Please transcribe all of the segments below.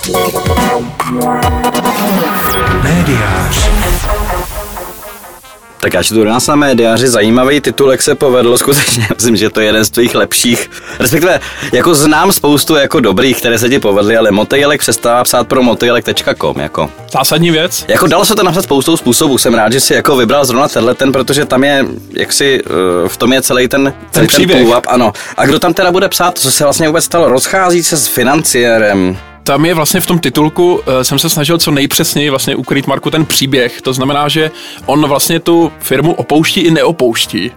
Médiář. Tak já čtu nás na Médiáři, zajímavý titulek se povedl, skutečně myslím, že to je jeden z tvých lepších. Respektive, jako znám spoustu jako dobrých, které se ti povedly, ale Motejlek přestává psát pro motejlek.com, jako. Zásadní věc. Jako dalo se to napsat spoustou způsobů, jsem rád, že si jako vybral zrovna ten, protože tam je, jaksi, v tom je celý ten půvab, ano. A kdo tam teda bude psát, co se vlastně vůbec stalo, rozchází se s financiérem. Tam je vlastně v tom titulku, jsem se snažil co nejpřesněji vlastně ukrýt, Marku, ten příběh. To znamená, že on vlastně tu firmu opouští i neopouští.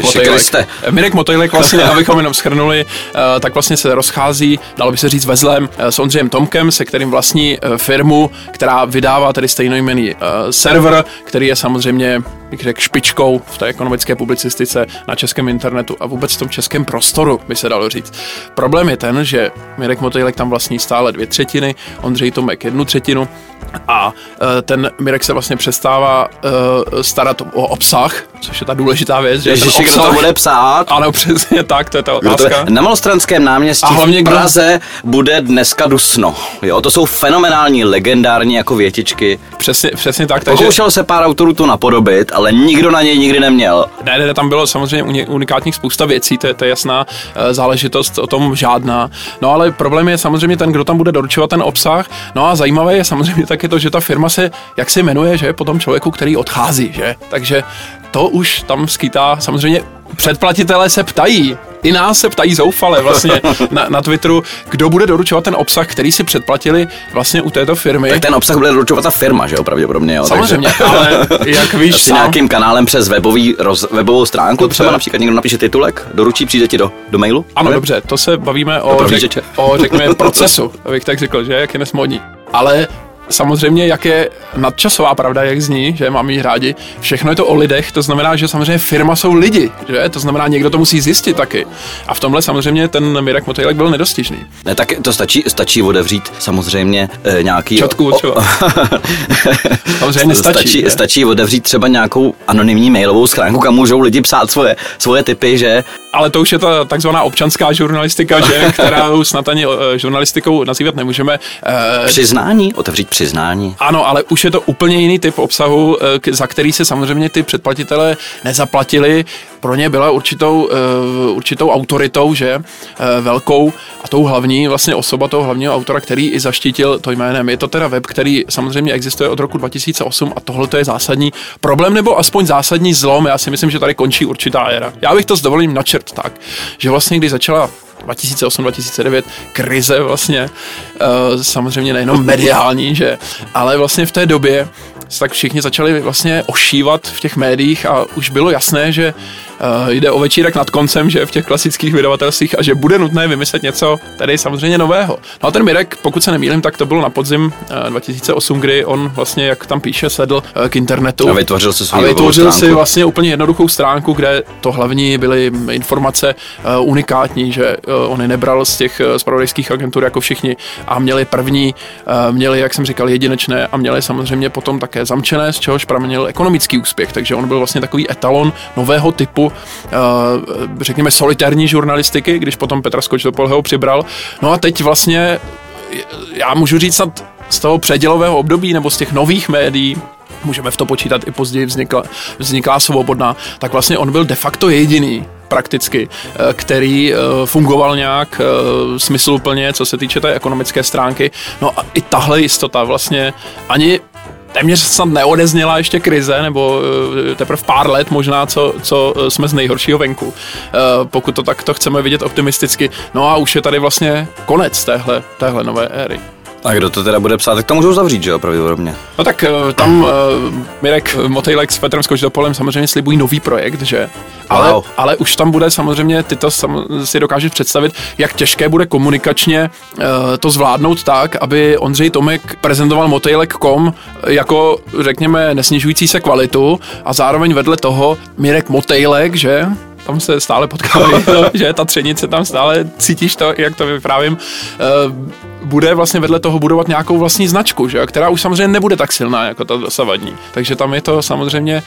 Mirek Motejlek vlastně, abychom jenom shrnuli, tak vlastně se rozchází, dalo by se říct ve zlém, s Ondřejem Tomkem, se kterým vlastní firmu, která vydává tedy stejnojmenný server, který je samozřejmě, bych řekl, špičkou v té ekonomické publicistice na českém internetu a vůbec v tom českém prostoru, by se dalo říct. Problém je ten, že Mirek Motejlek tam vlastní stále 2/3, Ondřej Tomek 1/3 a ten Mirek se vlastně přestává starat o obsah, což je ta důležitá věc, že Ježiši, kdo to bude psát? Ano, přesně tak, to je ta otázka. Na Malostranském náměstí v Praze bude dneska dusno. Jo, to jsou fenomenální, legendární jako větičky. Přesně tak. Pokoušel se pár autorů to napodobit, ale nikdo na něj nikdy neměl. Ne, tam bylo samozřejmě unikátních spousta věcí, to je jasná záležitost, o tom žádná. No ale problém je samozřejmě ten, kdo tam bude doručovat ten obsah. No a zajímavé je samozřejmě taky to, že ta firma se, jak se jmenuje, že po tom člověku, který odchází, že? Takže to už tam skýtá, samozřejmě předplatitelé se ptají, i nás se ptají zoufale vlastně na Twitteru, kdo bude doručovat ten obsah, který si předplatili vlastně u této firmy. Tak ten obsah bude doručovat ta firma, že jo, pravděpodobně, jo. Samozřejmě, ale jak víš sám. Nějakým kanálem přes webovou stránku, dobře. Třeba například někdo napíše titulek, doručí, přijde ti do mailu? Ano, dobře, to se bavíme o řekněme procesu, abych tak řekl, že jak je nesmodní. Ale samozřejmě, jak je nadčasová pravda, jak zní, že mám jí rádi, všechno je to o lidech, to znamená, že samozřejmě firma jsou lidi, že? To znamená, někdo to musí zjistit taky. A v tomhle samozřejmě ten Mirek Motejlek byl nedostižný. Ne, tak to stačí otevřít samozřejmě nějaký... Čotku třeba. Samozřejmě nestačí. Stačí otevřít třeba nějakou anonymní mailovou schránku, kam můžou lidi psát svoje tipy, že... Ale to už je ta takzvaná občanská žurnalistika, že? Kterou snad ani žurnalistikou nazývat nemůžeme. Přiznání, otevřít přiznání. Ano, ale už je to úplně jiný typ obsahu, za který se samozřejmě ty předplatitelé nezaplatili. Pro ně byla určitou autoritou, že? Velkou a tou hlavní vlastně osoba toho hlavního autora, který i zaštítil to jménem. Je to teda web, který samozřejmě existuje od roku 2008 a tohle to je zásadní problém nebo aspoň zásadní zlom. Já si myslím, že tady končí určitá éra. Já bych to s dovolením načrt tak, že vlastně když začala 2008-2009 krize vlastně, samozřejmě nejenom mediální, že, ale vlastně v té době tak všichni začali vlastně ošívat v těch médiích a už bylo jasné, že jde o večírek nad koncem, že v těch klasických vydavatelstvích a že bude nutné vymyslet něco tady samozřejmě nového. No a ten Mirek, pokud se nemýlím, tak to bylo na podzim 2008, kdy on vlastně, jak tam píše, sedl k internetu. A vytvořil si vlastně úplně jednoduchou stránku, kde to hlavní byly informace unikátní, že on je nebral z těch zpravodajských agentur jako všichni a měli první, měli, jak jsem říkal, jedinečné a měli samozřejmě potom také zamčené, z čehož pramenil ekonomický úspěch, takže on byl vlastně takový etalon nového typu, řekněme, solitární žurnalistiky, když potom Petra Skočtopol ho přibral. No a teď vlastně, já můžu říct z toho předělového období nebo z těch nových médií, můžeme v to počítat i později vznikla Svobodná, tak vlastně on byl de facto jediný prakticky, který fungoval nějak smysluplně, co se týče té ekonomické stránky. No a i tahle jistota vlastně ani téměř snad neodezněla ještě krize, nebo teprve pár let možná, co jsme z nejhoršího venku, pokud to takto chceme vidět optimisticky. No a už je tady vlastně konec téhle nové éry. A kdo to teda bude psát, tak to můžou zavřít, že jo, pravděpodobně. No tak tam Mirek Motejlek s Petrem Skočtopolem samozřejmě slibují nový projekt, že? Ale už tam bude samozřejmě, ty to si dokážeš představit, jak těžké bude komunikačně to zvládnout tak, aby Ondřej Tomek prezentoval Motejlek.com jako, řekněme, nesnižující se kvalitu a zároveň vedle toho Mirek Motejlek, že? tam se stále potkávají, že ta třenice tam stále cítíš to, jak to vyprávím, bude vlastně vedle toho budovat nějakou vlastní značku, že? Která už samozřejmě nebude tak silná jako ta dosavadní. Takže tam je to samozřejmě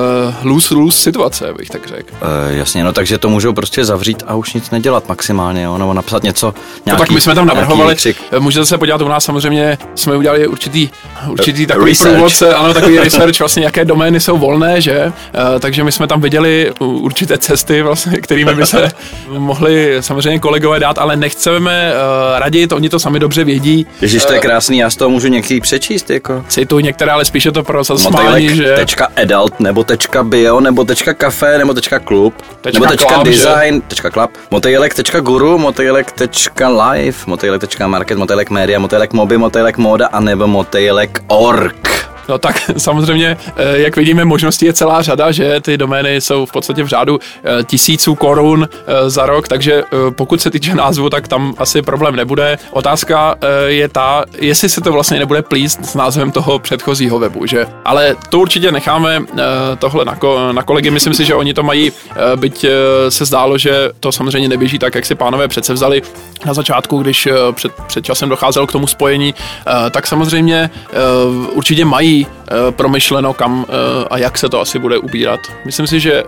lose situace, bych tak řekl. Jasně, no takže to můžou prostě zavřít a už nic nedělat maximálně, jo? Nebo napsat něco, nějaký, tak my jsme tam navrhovali, můžete se podívat u nás, samozřejmě jsme udělali určitý takový průvodce, ano, takový research, vlastně jaké domény jsou volné, že? Takže my jsme tam viděli určité cesty, vlastně, kterými by se mohli samozřejmě kolegové dát, ale nechceme radit, oni to sami dobře vědí. Ježiš, to je krásný, já z toho můžu některý přečíst, jako. Cituji některé, ale spíše to pro zasmání, že... .adult, nebo .bio, nebo .cafe, nebo .klub, nebo .design, .club, motejlek.guru, motejlek.live, motejlek.market, motejlek media, motejlek mobi, motejlek moda, a nebo motejlek.org. No tak samozřejmě, jak vidíme, možností je celá řada, že ty domény jsou v podstatě v řádu tisíců korun za rok, takže pokud se týče názvu, tak tam asi problém nebude. Otázka je ta, jestli se to vlastně nebude plíst s názvem toho předchozího webu, že? Ale to určitě necháme tohle na kolegy, myslím si, že oni to mají, byť se zdálo, že to samozřejmě neběží tak, jak si pánové předsevzali na začátku, když před časem docházelo k tomu spojení, tak samozřejmě určitě mají promyšleno, kam a jak se to asi bude ubírat. Myslím si, že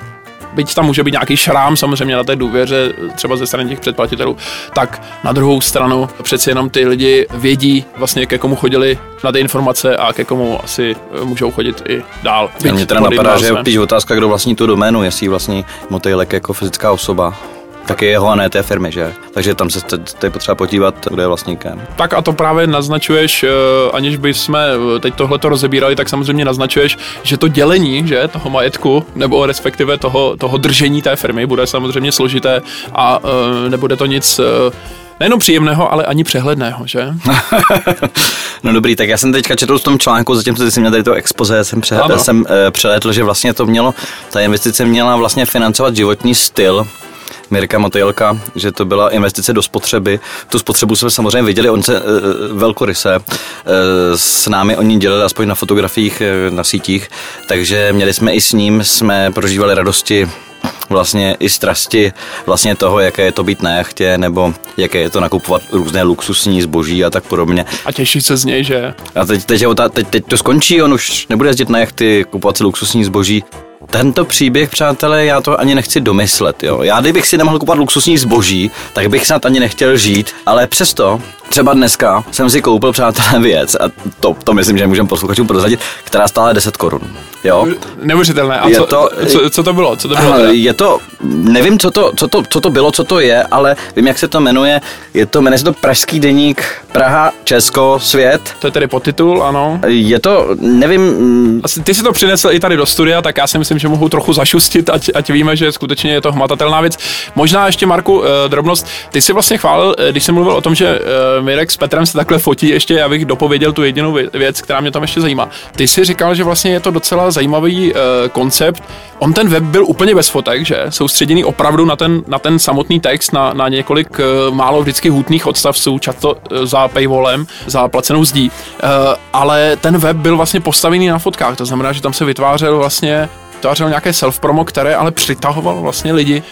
byť tam může být nějaký šrám samozřejmě na té důvěře třeba ze strany těch předplatitelů, tak na druhou stranu přeci jenom ty lidi vědí vlastně, ke komu chodili na ty informace a ke komu asi můžou chodit i dál. Mě teda napadá, že je otázka, kdo vlastní tu doménu, jestli vlastní Motejlek jako fyzická osoba. Taky jeho a ne té firmy, že? Takže tam se teď potřeba podívat, kdo je vlastníkem. Tak a to právě naznačuješ, aniž bychom teď tohleto rozebírali, tak samozřejmě naznačuješ, že to dělení, že, toho majetku, nebo respektive toho držení té firmy bude samozřejmě složité a nebude to nic nejenom příjemného, ale ani přehledného, že? No dobrý, tak já jsem teďka četl v tom článku, zatímco ty jsi měl tady to expoze, jsem přelétl, že vlastně ta investice měla vlastně financovat životní styl Mirka Motejlka, že to byla investice do spotřeby. Tu spotřebu jsme samozřejmě viděli, on se velkoryse s námi oni dělali aspoň na fotografiích, na sítích, takže měli jsme i s ním, jsme prožívali radosti, vlastně i strasti vlastně toho, jaké je to být na jachtě, nebo jaké je to nakupovat různé luxusní zboží a tak podobně. A těší se z něj, že? A teď to skončí, on už nebude jezdit na jachty, kupovat si luxusní zboží. Tento příběh, přátelé, já to ani nechci domyslet, jo. Já kdybych si nemohl kupovat luxusní zboží, tak bych snad ani nechtěl žít, ale přesto třeba dneska jsem si koupil, přátelé, věc, a to myslím, že můžeme posluchačům prozradit, která stála 10 korun, jo. Neuvěřitelné. A co to bylo? Je to, nevím, co to bylo, co to je, ale vím, jak se to jmenuje. Jmenuje se to Pražský deník Praha, Česko, svět. To je tedy podtitul, ano. Je to, nevím... Ty si to přinesl i tady do studia, tak já si myslím, že mohu trochu zašustit, ať víme, že skutečně je to hmatatelná věc. Možná ještě, Marku, drobnost. Ty si vlastně chválil, když jsem mluvil o tom, že Mirek s Petrem se takhle fotí, ještě abych dopověděl tu jedinou věc, která mě tam ještě zajímá. Ty si říkal, že vlastně je to docela zajímavý koncept. On ten web byl úplně bez fotek, že? Soustředěný opravdu na ten samotný text, na několik málo vždycky hutných odstavců, často za paywallem, za placenou zdí. Ale ten web byl vlastně postavený na fotkách, to znamená, že tam se vytvářel nějaké self-promo, které ale přitahovalo vlastně lidi,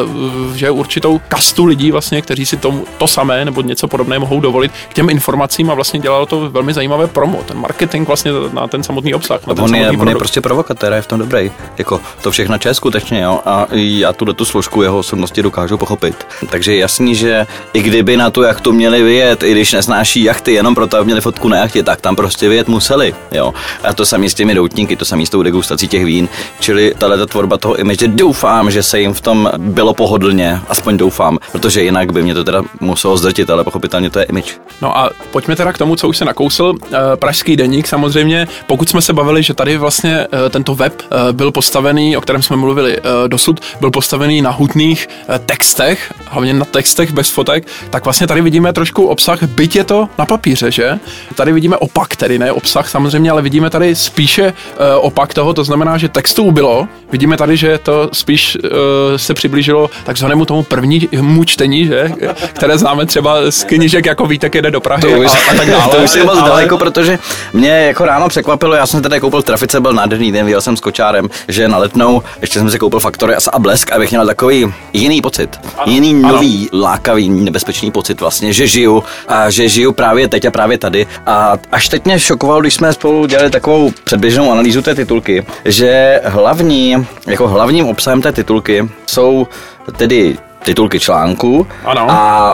že určitou kastu lidí vlastně, kteří si to samé nebo něco podobné mohou dovolit k těm informacím a vlastně dělalo to velmi zajímavé promo, ten marketing vlastně na ten samotný obsah. On je prostě provokatér, je v tom dobrý. Jako to všechno skutečně, jo, a já tu složku jeho osobnosti dokážu pochopit. Takže je jasný, že i kdyby na tu jachtu měli vyjet, i když nesnáší jachty jenom proto, aby měli fotku na jachtě, tak tam prostě vyjet museli, jo. A to samý s těmi doutníky, to samý s tou degustací těch vín. Čili tato tvorba toho image, doufám, že se jim v tom bylo pohodlně, aspoň doufám, protože jinak by mě to teda muselo zdrtit, ale pochopitelně to je image. No a pojďme teda k tomu, co už se nakousl. Pražský deník samozřejmě, pokud jsme se bavili, že tady vlastně tento web byl postavený, o kterém jsme mluvili dosud, byl postavený na hutných textech, hlavně na textech bez fotek, tak vlastně tady vidíme trošku obsah, byť je to na papíře, že? Tady vidíme opak, tedy ne obsah samozřejmě, ale vidíme tady spíše opak toho, to znamená, že textovou skloubilo. Vidíme tady, že to spíš se přiblížilo takzvanému tomu prvnímu čtení, že? Které známe třeba z knížek, jako Vítek jede do Prahy a tak dále. To už je moc daleko, protože mě jako ráno překvapilo, já jsem tady koupil Trafice, byl nádherný den, vyjel jsem s kočárem, že na Letnou, ještě jsem si koupil Faktory a Blesk, abych měl takový jiný pocit, jiný nový, lákavý, nebezpečný pocit vlastně, že žiju právě teď a právě tady. A až teď mě šokovalo, když jsme spolu dělali takovou předběžnou analýzu té titulky, že hlavním obsahem té titulky jsou tedy titulky článků a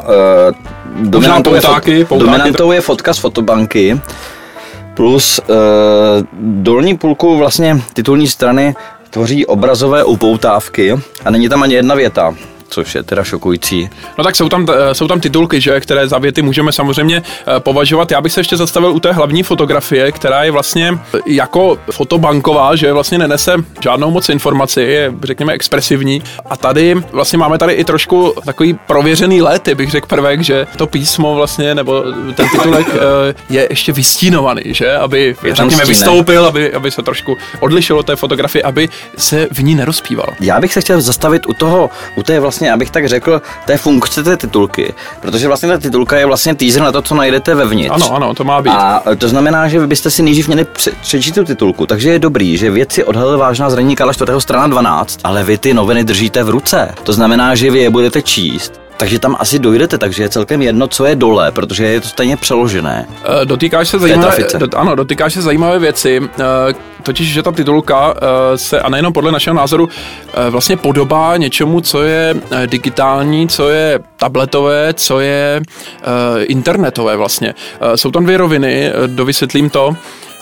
dominantou je fotka z fotobanky plus dolní půlku vlastně titulní strany tvoří obrazové upoutávky a není tam ani jedna věta. Což je teda šokující. No tak jsou tam titulky, že, které za věty můžeme samozřejmě považovat. Já bych se ještě zastavil u té hlavní fotografie, která je vlastně jako fotobanková, že vlastně nenese žádnou moc informaci, je řekněme expresivní. A tady vlastně máme tady i trošku takový prověřený léty, bych řekl prvek, že to písmo vlastně, nebo ten titulek je ještě vystínovaný, že, aby řekněme vystoupil, aby se trošku odlišilo té fotografie, aby se v ní nerozpíval. Já bych se chtěl zastavit u té vlastně, abych tak řekl, té funkce té titulky, protože vlastně ta titulka je vlastně teaser na to, co najdete vevnitř. Ano, to má být. A to znamená, že vy byste si nejdřív měli přečíst tu titulku, takže je dobrý, že vědci odhalili vážná zranění Karla IV. Strana 12, ale vy ty noviny držíte v ruce. To znamená, že vy je budete číst. Takže tam asi dojdete, takže je celkem jedno, co je dole, protože je to stejně přeložené. Dotýkáš se zajímavé věci, totiž, že ta titulka se, a nejenom podle našeho názoru, vlastně podobá něčemu, co je digitální, co je tabletové, co je internetové vlastně. Jsou tam dvě roviny, dovysvětlím to.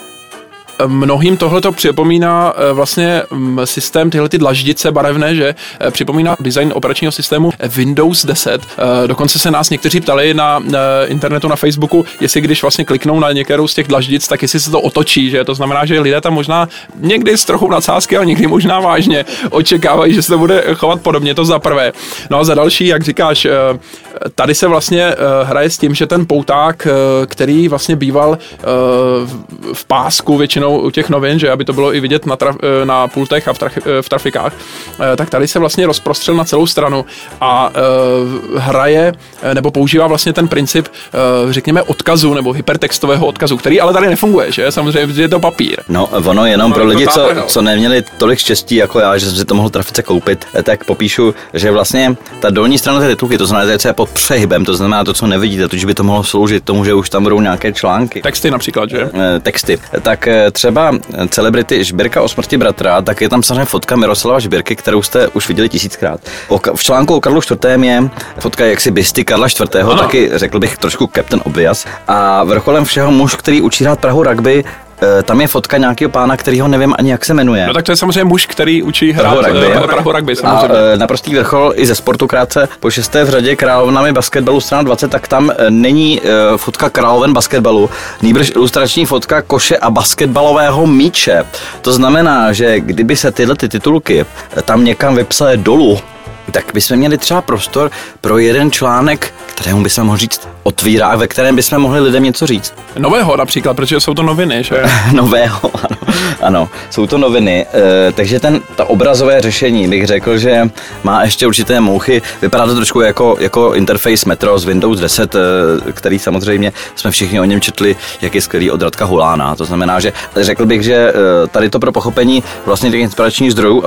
Mnohým tohleto připomíná vlastně systém, tyhle ty dlaždice barevné, že připomíná design operačního systému Windows 10. Dokonce se nás někteří ptali na internetu, na Facebooku, jestli když vlastně kliknou na některou z těch dlaždic, tak jestli se to otočí, že to znamená, že lidé tam možná někdy s trochou nadsázky, ale někdy možná vážně očekávají, že se to bude chovat podobně, to za prvé. No a za další, jak říkáš, tady se vlastně hraje s tím, že ten pouták, který vlastně býval v pásku většinou u těch novin, že aby to bylo i vidět na pultech a v trafikách, tak tady se vlastně rozprostřel na celou stranu a hraje nebo používá vlastně ten princip, řekněme, odkazu nebo hypertextového odkazu, který ale tady nefunguje, že? Samozřejmě je to papír. No, ono jenom pro lidi, co neměli tolik štěstí jako já, že jsem si to mohl Trafice koupit, tak popíšu, že vlastně ta dolní strana té titulky, to znamená, že je pod přehybem, to znamená to, co nevidíte, to, že by to mohlo sloužit tomu, že už tam budou nějaké články. Texty například, že? Texty. Tak třeba celebrity Žbírka o smrti bratra, tak je tam samozřejmě fotka Miroslava Žbírky, kterou jste už viděli 1000krát. V článku o Karlu IV. Je fotka jaksi bysty Karla IV., taky řekl bych trošku Captain Obvious. A vrcholem všeho muž, který učí hrát Prahu rugby, tam je fotka nějakého pána, kterýho nevím ani jak se jmenuje. No tak to je samozřejmě muž, který učí hrát Prahu rugby. A naprostý vrchol i ze sportu krátce. Po 6. v řadě královnami basketbalu strana 20, tak tam není fotka královen basketbalu, nýbrž ilustrační fotka koše a basketbalového míče. To znamená, že kdyby se tyhle titulky tam někam vypsaly dolů, tak bychom měli třeba prostor pro jeden článek, kterému bychom mohli říct otvírák, ve kterém bychom mohli lidem něco říct. Nového například, protože jsou to noviny, že? Nového, ano, jsou to noviny, takže ta obrazové řešení bych řekl, že má ještě určité mouchy, vypadá to trošku jako interface Metro z Windows 10, který samozřejmě jsme všichni o něm četli, jak je skvělý od Radka Hulána, to znamená, že řekl bych, že tady to pro pochopení vlastně těch inspiračních zdrojů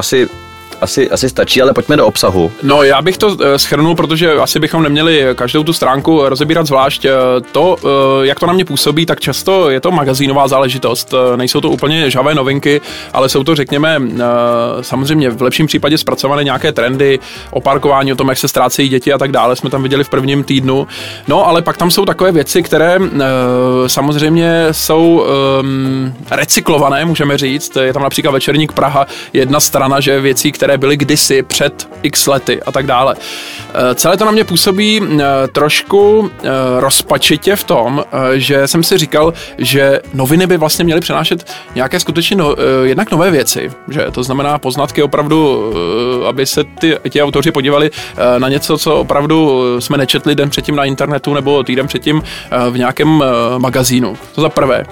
asi stačí, ale pojďme do obsahu. No, já bych to shrnul, protože asi bychom neměli každou tu stránku rozebírat zvlášť. To, jak to na mě působí, tak často je to magazínová záležitost. Nejsou to úplně žhavé novinky, ale jsou to, řekněme, samozřejmě v lepším případě zpracované nějaké trendy o parkování, o tom, jak se ztrácejí děti a tak dále. Jsme tam viděli v prvním týdnu. No, ale pak tam jsou takové věci, které samozřejmě jsou recyklované, můžeme říct. Je tam například Večerník Praha, jedna strana, že věcí, které byly kdysi před x lety a tak dále. Celé to na mě působí trošku rozpačitě v tom, že jsem si říkal, že noviny by vlastně měly přenášet nějaké skutečně jednak nové věci, že to znamená poznatky opravdu, aby se ti autoři podívali na něco, co opravdu jsme nečetli den předtím na internetu nebo týden předtím v nějakém magazínu. To za prvé.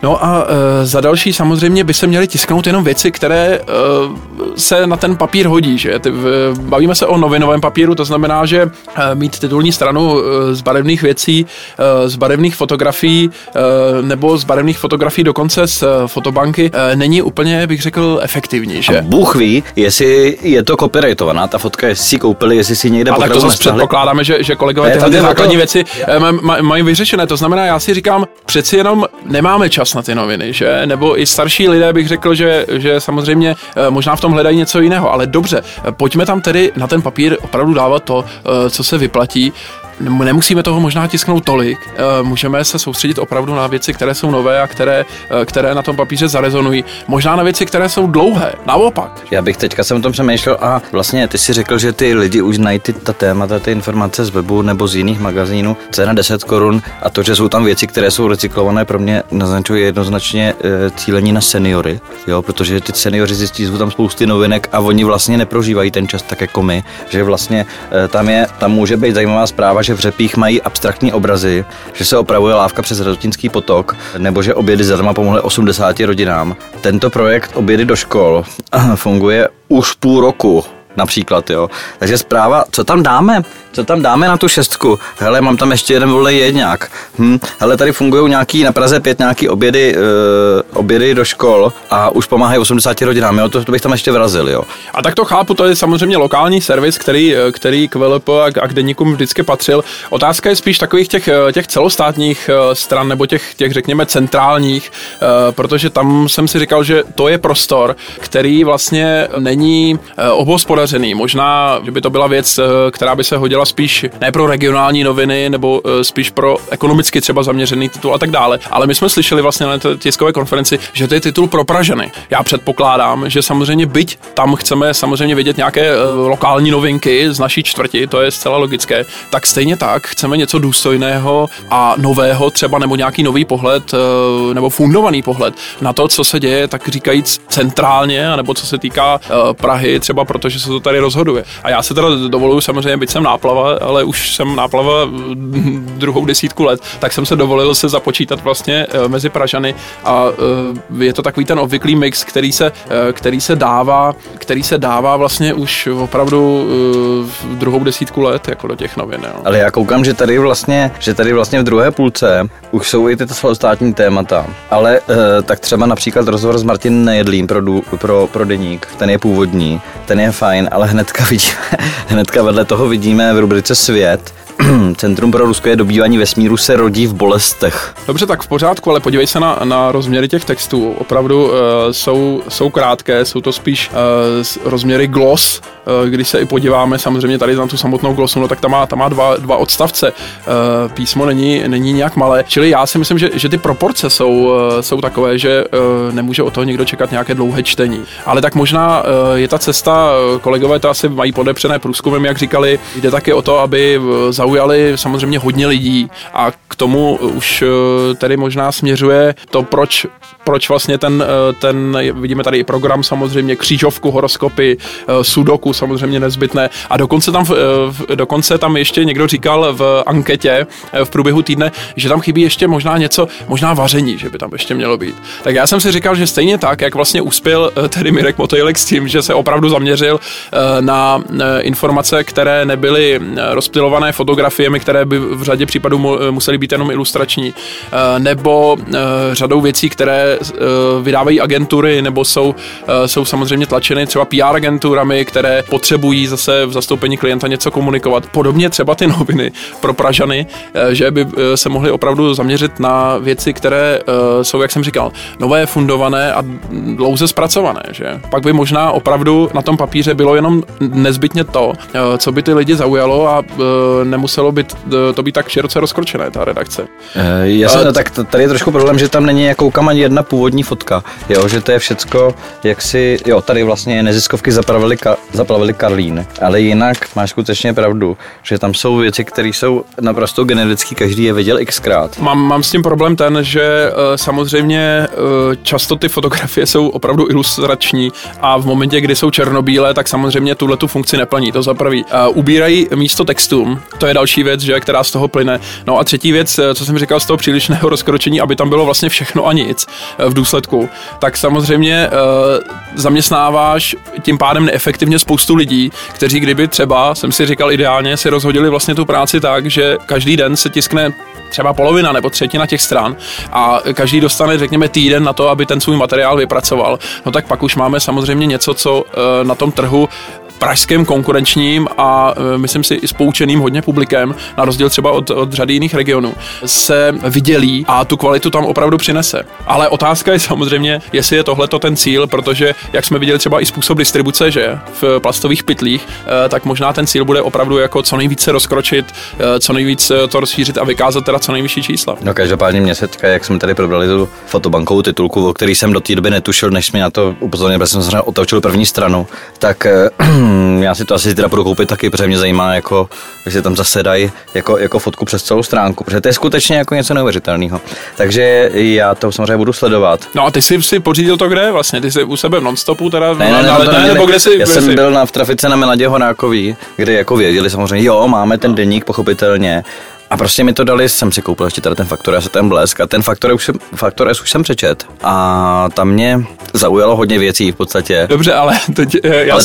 No a za další samozřejmě by se měly tisknout jenom věci, které se na ten papír hodí, že? Bavíme se o novinovém papíru, to znamená, že mít titulní stranu z barevných věcí, z barevných fotografií nebo z barevných fotografií dokonce z fotobanky není úplně, bych řekl, efektivní, že? A Bůh ví, jestli je to copyrightovaná, ta fotka, jestli si koupili, jestli si někde pokravu nestahli. A tak to zase předpokládáme, že kolegové tyhle základní věci mají vyřešené, to znamená, já si říkám, přeci jenom nemáme čas na ty noviny, že? Nebo i starší lidé bych řekl, že samozřejmě možná v tom hledají něco jiného, ale dobře, pojďme tam tedy na ten papír opravdu dávat to, co se vyplatí. Nemusíme toho možná tisknout tolik, můžeme se soustředit opravdu na věci, které jsou nové a které na tom papíře zarezonují. Možná na věci, které jsou dlouhé, naopak. Já bych teďka jsem o tom přemýšlel a vlastně ty si řekl, že ty lidi už znají ta témata, ty informace z webu nebo z jiných magazínů, cena 10 korun a to, že jsou tam věci, které jsou recyklované, pro mě naznačuje jednoznačně cílení na seniory, jo, protože ty seniori zjistí, jsou tam spousty novinek a oni vlastně neprožívají ten čas tak jako my, že vlastně tam může být zajímavá zpráva, že v Řepích mají abstraktní obrazy, že se opravuje lávka přes Radotinský potok, nebo že obědy zadarmo pomohly 80 rodinám. Tento projekt Obědy do škol funguje už půl roku. Například, jo. Takže zpráva, co tam dáme na tu 6? Hele, mám tam ještě jeden volný jedňák. Hele, tady fungují nějaký na Praze 5 nějaký obědy do škol a už pomáhají 80 rodinám, jo, to bych tam ještě vrazil, jo. A tak to chápu, to je samozřejmě lokální servis, který k VLP a k deníkům vždycky patřil. Otázka je spíš takových těch celostátních stran nebo těch řekněme centrálních, protože tam jsem si říkal, že to je prostor, který vlastně není obhospodařený. Možná, že by to byla věc, která by se hodila spíš ne pro regionální noviny nebo spíš pro ekonomicky třeba zaměřený titul a tak dále. Ale my jsme slyšeli vlastně na té tiskové konferenci, že to je titul pro Pražany. Já předpokládám, že samozřejmě byť tam chceme samozřejmě vidět nějaké lokální novinky z naší čtvrti, to je zcela logické, tak stejně tak chceme něco důstojného a nového třeba nebo nějaký nový pohled nebo fundovaný pohled na to, co se děje, tak říkajíc centrálně, nebo co se týká Prahy, třeba protože se to tady rozhoduje. A já se teda dovoluju samozřejmě, byť jsem náplava, ale už jsem náplava druhou 10 let, tak jsem se dovolil se započítat vlastně mezi Pražany a je to takový ten obvyklý mix, který se dává vlastně už opravdu druhou 10 let jako do těch novin. Jo. Ale já koukám, že tady vlastně v druhé půlce už jsou i tyto celostátní témata. Ale tak třeba například rozhovor s Martinem Nejedlým pro deník, ten je původní, ten je fajn, ale hnedka vedle toho vidíme v rubrice Svět, Centrum pro ruské dobývání vesmíru se rodí v bolestech. Dobře, tak v pořádku, ale podívej se na rozměry těch textů. Opravdu jsou krátké, jsou to spíš rozměry gloss. Když se i podíváme samozřejmě tady na tu samotnou glosu, no tak tam má dva odstavce. Písmo není nějak malé. Čili já si myslím, že ty proporce jsou takové, že nemůže od toho někdo čekat nějaké dlouhé čtení. Ale tak možná je ta cesta, kolegové to asi mají podepřené průzkumem, jak říkali, jde taky o to, aby zaujali samozřejmě hodně lidí a k tomu už tedy možná směřuje to, proč vlastně ten vidíme tady i program samozřejmě, křížovku, horoskopy, sudoku samozřejmě nezbytné a dokonce tam ještě někdo říkal v anketě v průběhu týdne, že tam chybí ještě možná vaření, že by tam ještě mělo být. Tak já jsem si říkal, že stejně tak, jak vlastně uspěl tedy Mirek Motejlek s tím, že se opravdu zaměřil na informace, které nebyly rozptylované fotografiemi, které by v řadě případů musely být jenom ilustrační, nebo řadou věcí, které vydávají agentury, nebo jsou samozřejmě tlačeny třeba PR agenturami, které potřebují zase v zastoupení klienta něco komunikovat. Podobně třeba ty noviny pro Pražany, že by se mohly opravdu zaměřit na věci, které jsou, jak jsem říkal, nové, fundované a dlouze zpracované. Že? Pak by možná opravdu na tom papíře bylo jenom nezbytně to, co by ty lidi zaujalo a nemuselo by to být tak široce rozkročené, ta redakce. Tak tady je trošku problém, že tam není koukám ani jedna původní fotka, jo, že to je všecko, jak si, jo, tady vlastně neziskovky zaplavily Karlín, ale jinak máš skutečně pravdu, že tam jsou věci, které jsou naprosto generické, každý je viděl xkrát. Mám s tím problém ten, že samozřejmě často ty fotografie jsou opravdu ilustrační a v momentě, kdy jsou černobílé, tak samozřejmě tuhletu funkci neplní, to za prvý. Ubírají místo textům, to je další věc, že, která z toho plyne. No a třetí věc, co jsem říkal z toho přílišného rozkročení, aby tam bylo vlastně všechno a nic v důsledku, tak samozřejmě zaměstnáváš tím pádem neefektivně spoustu lidí, kteří kdyby třeba, jsem si říkal ideálně, si rozhodili vlastně tu práci tak, že každý den se tiskne třeba polovina nebo třetina těch stran a každý dostane, řekněme, týden na to, aby ten svůj materiál vypracoval. No tak pak už máme samozřejmě něco, co na tom trhu pražském konkurenčním a myslím si i spoučeným hodně publikem, na rozdíl třeba od řady jiných regionů, se vydělí a tu kvalitu tam opravdu přinese. Ale otázka je samozřejmě, jestli je tohleto ten cíl, protože jak jsme viděli třeba i způsob distribuce, že v plastových pytlích, tak možná ten cíl bude opravdu jako co nejvíce rozkročit, co nejvíc to rozšířit a vykázat teda co nejvyšší čísla. No každopádně mě se týká, jak jsme tady probrali tu fotobankovou titulku, o který jsem do té doby netušil, než mi na to upozornil, protože jsem se otočil první stranu, tak já si to asi teda budu koupit taky, protože mě zajímá, jako, že tam zase dají jako fotku přes celou stránku, protože to je skutečně jako něco neuvěřitelného. Takže já to samozřejmě budu sledovat. No a ty jsi si pořídil to kde vlastně? Ty jsi u sebe v nonstopu teda? Nebo kde jsi? Já jsem byl v trafice na Miladě Horákový, kde jako věděli samozřejmě, jo, máme ten deník, pochopitelně. A prostě mi to dali, jsem si koupil ještě teda ten Factor ten Blesk a ten Factor S už jsem přečet a tam mě zaujalo hodně věcí v podstatě. Dobře, ale teď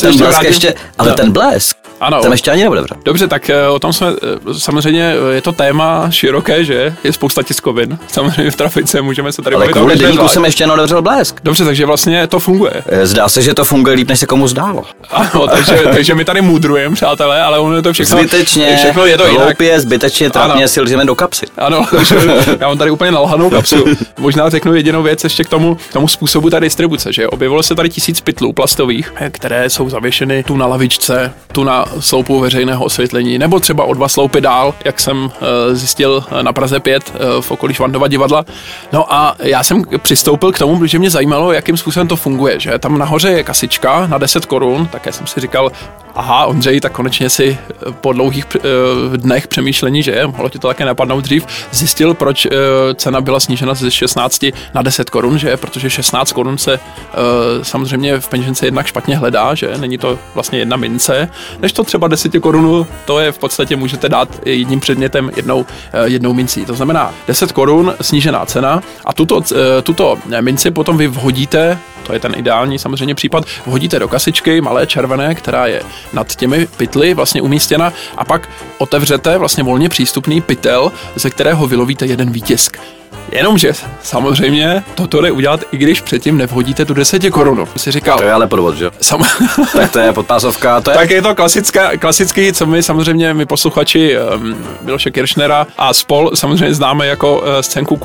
ten Blesk, ano, tam ještě ani nebude vřát. Dobře, tak o tom jsme, samozřejmě je to téma široké, že je spousta tiskovin, samozřejmě v trafice, můžeme se tady bavit. Ale kvůli deníku jsem ještě neotevřel Blesk. Dobře, takže vlastně to funguje. Zdá se, že to funguje líp, než se komu zdálo. Ano, takže my tady mudrujeme, přátelé, ale ono je to všechno. Všechno je to hloupě, zbytečně, trapně si lžeme do kapsy. Ano, takže já mám tady úplně nalhanou kapsu. Možná řeknu jedinou věc ještě k tomu způsobu té distribuce, že objevilo se tady 1000 pytlů plastových, které jsou zavěšeny tu na lavičce, tu na sloupu veřejného osvětlení, nebo třeba o 2 sloupy dál, jak jsem zjistil na Praze 5 v okolí Švandova divadla. No a já jsem přistoupil k tomu, protože mě zajímalo, jakým způsobem to funguje, že tam nahoře je kasička na 10 korun, také jsem si říkal, aha, Ondřej, tak konečně si po dlouhých dnech přemýšlení, že mohlo ti to také napadnout dřív, zjistil, proč cena byla snížena ze 16 na 10 korun, že? Protože 16 korun se samozřejmě v peněžence jednak špatně hledá, že? Není to vlastně jedna mince, než to třeba 10 korun, to je v podstatě můžete dát jedním předmětem jednou mincí. To znamená 10 korun snížená cena a tuto minci potom vy vhodíte, to je ten ideální samozřejmě případ, vhodíte do kasičky malé červené, která je nad těmi pytly vlastně umístěna a pak otevřete vlastně volně přístupný pytel, ze kterého vylovíte jeden výtisk. Jenomže samozřejmě toto jde udělat, i když předtím nevhodíte tu 10 korunu. Si říkal, to je ale podvod, že? Tak to je podpásovka, to je... Tak je to klasický, co my posluchači Miloše Kiršnera a spol samozřejmě známe jako scénku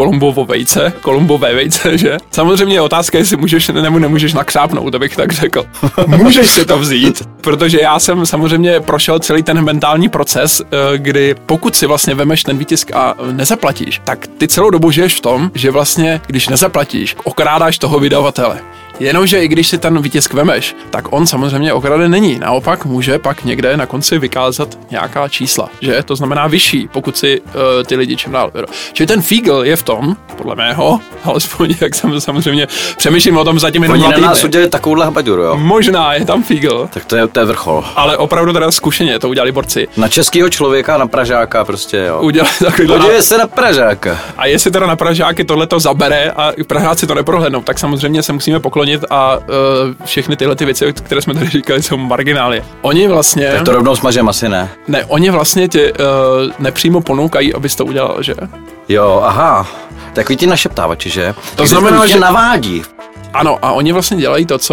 Kolumbové vejce, že? Samozřejmě je otázka, jestli můžeš nebo nemůžeš nakřápnout, abych tak řekl. Můžeš si to vzít, protože já jsem samozřejmě prošel celý ten mentální proces, kdy pokud si vlastně vemeš ten výtisk a nezaplatíš, tak ty celou dobu žiješ v tom, že vlastně, když nezaplatíš, okrádáš toho vydavatele. Jenomže i když si ten výtisk vemeš, tak on samozřejmě okraden není. Naopak může pak někde na konci vykázat nějaká čísla, že? To znamená vyšší, pokud si ty lidi čím dál. Čili ten fígl je v tom, podle mého, alespoň jak jsem samozřejmě přemýšlím o tom zatím jenom 2 týdny. Oni na nás udělali takovouhle habaduru, jo? Možná je tam fígl. Tak to je vrchol. Ale opravdu teda zkušeně to udělali borci. Na českého člověka, na Pražáka prostě, jo. Udělali takovýhle. Podívej se na Pražáka. A jestli teda na Pražáky tohleto zabere a Pražáci to neprohlednou, tak samozřejmě se musíme poklonit a všechny tyhle ty věci, které jsme tady říkali, jsou marginály. Oni vlastně... Tak to rovnou smažem asi ne. Ne, oni vlastně tě nepřímo ponoukají, abys to udělal, že? Jo, aha. Takový ti našeptávači, že? To znamená, že navádí. Ano, a oni vlastně dělají to,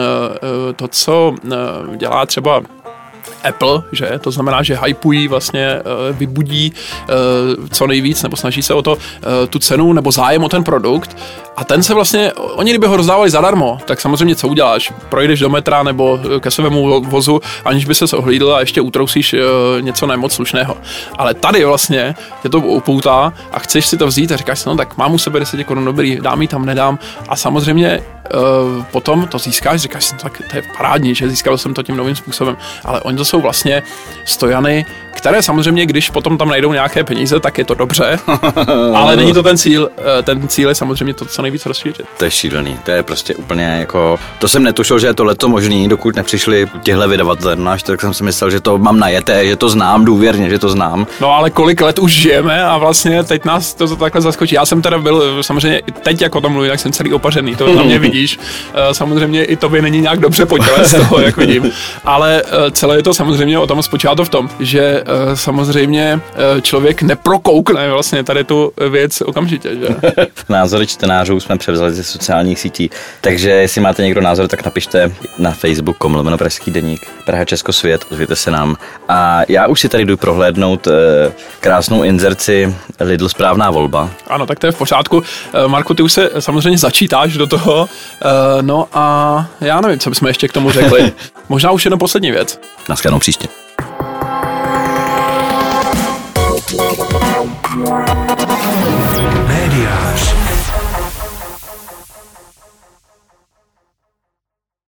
co dělá třeba Apple, že? To znamená, že hypují vlastně, vybudí co nejvíc, nebo snaží se o to tu cenu nebo zájem o ten produkt a ten se vlastně, oni kdyby ho rozdávali zadarmo, tak samozřejmě co uděláš? Projdeš do metra nebo ke svému vozu, aniž by ses ohlídl a ještě utrousíš něco nemoc slušného. Ale tady vlastně tě to upoutá a chceš si to vzít a říkáš si, no tak mám u sebe 10 korun, dobrý, dám jí tam, nedám a samozřejmě potom to získáš, říkáš si, no tak to je parádní, že získal jsem to tím novým způsobem, ale oni to jsou vlastně stojany, které samozřejmě, když potom tam najdou nějaké peníze, tak je to dobře, ale není to ten cíl. Ten cíl je samozřejmě to, co nejvíc rozšířit. To je šílený, to je prostě úplně jako, to jsem netušil, že je tohleto možný, dokud nepřišli těhle vydavatelé náš, tak jsem si myslel, že to mám najeté, že to znám důvěrně, že to znám. No ale kolik let už žijeme a vlastně teď nás to takhle zaskočí. Já jsem teda byl samozřejmě teď, jako tam mluvím, tak jsem celý opařený, to na mě vidíš. Samozřejmě i tobě není nějak dobře po těle z toho, jak vidím. Ale celé je to samozřejmě o tom, spočívá to v tom, že samozřejmě člověk neprokoukne vlastně tady tu věc okamžitě, že? Názory čtenářů jsme převzali ze sociálních sítí, takže jestli máte někdo názor, tak napište na Facebook.com/ Pražský deník, Praha Českosvět, ozvěte se nám. A já už si tady jdu prohlédnout krásnou inzerci Lidl správná volba. Ano, tak to je v pořádku. Marku, ty už se samozřejmě začítáš do toho, no a já nevím, co bychom ještě k tomu řekli. Možná už jenom poslední věc. Naschledanou příště.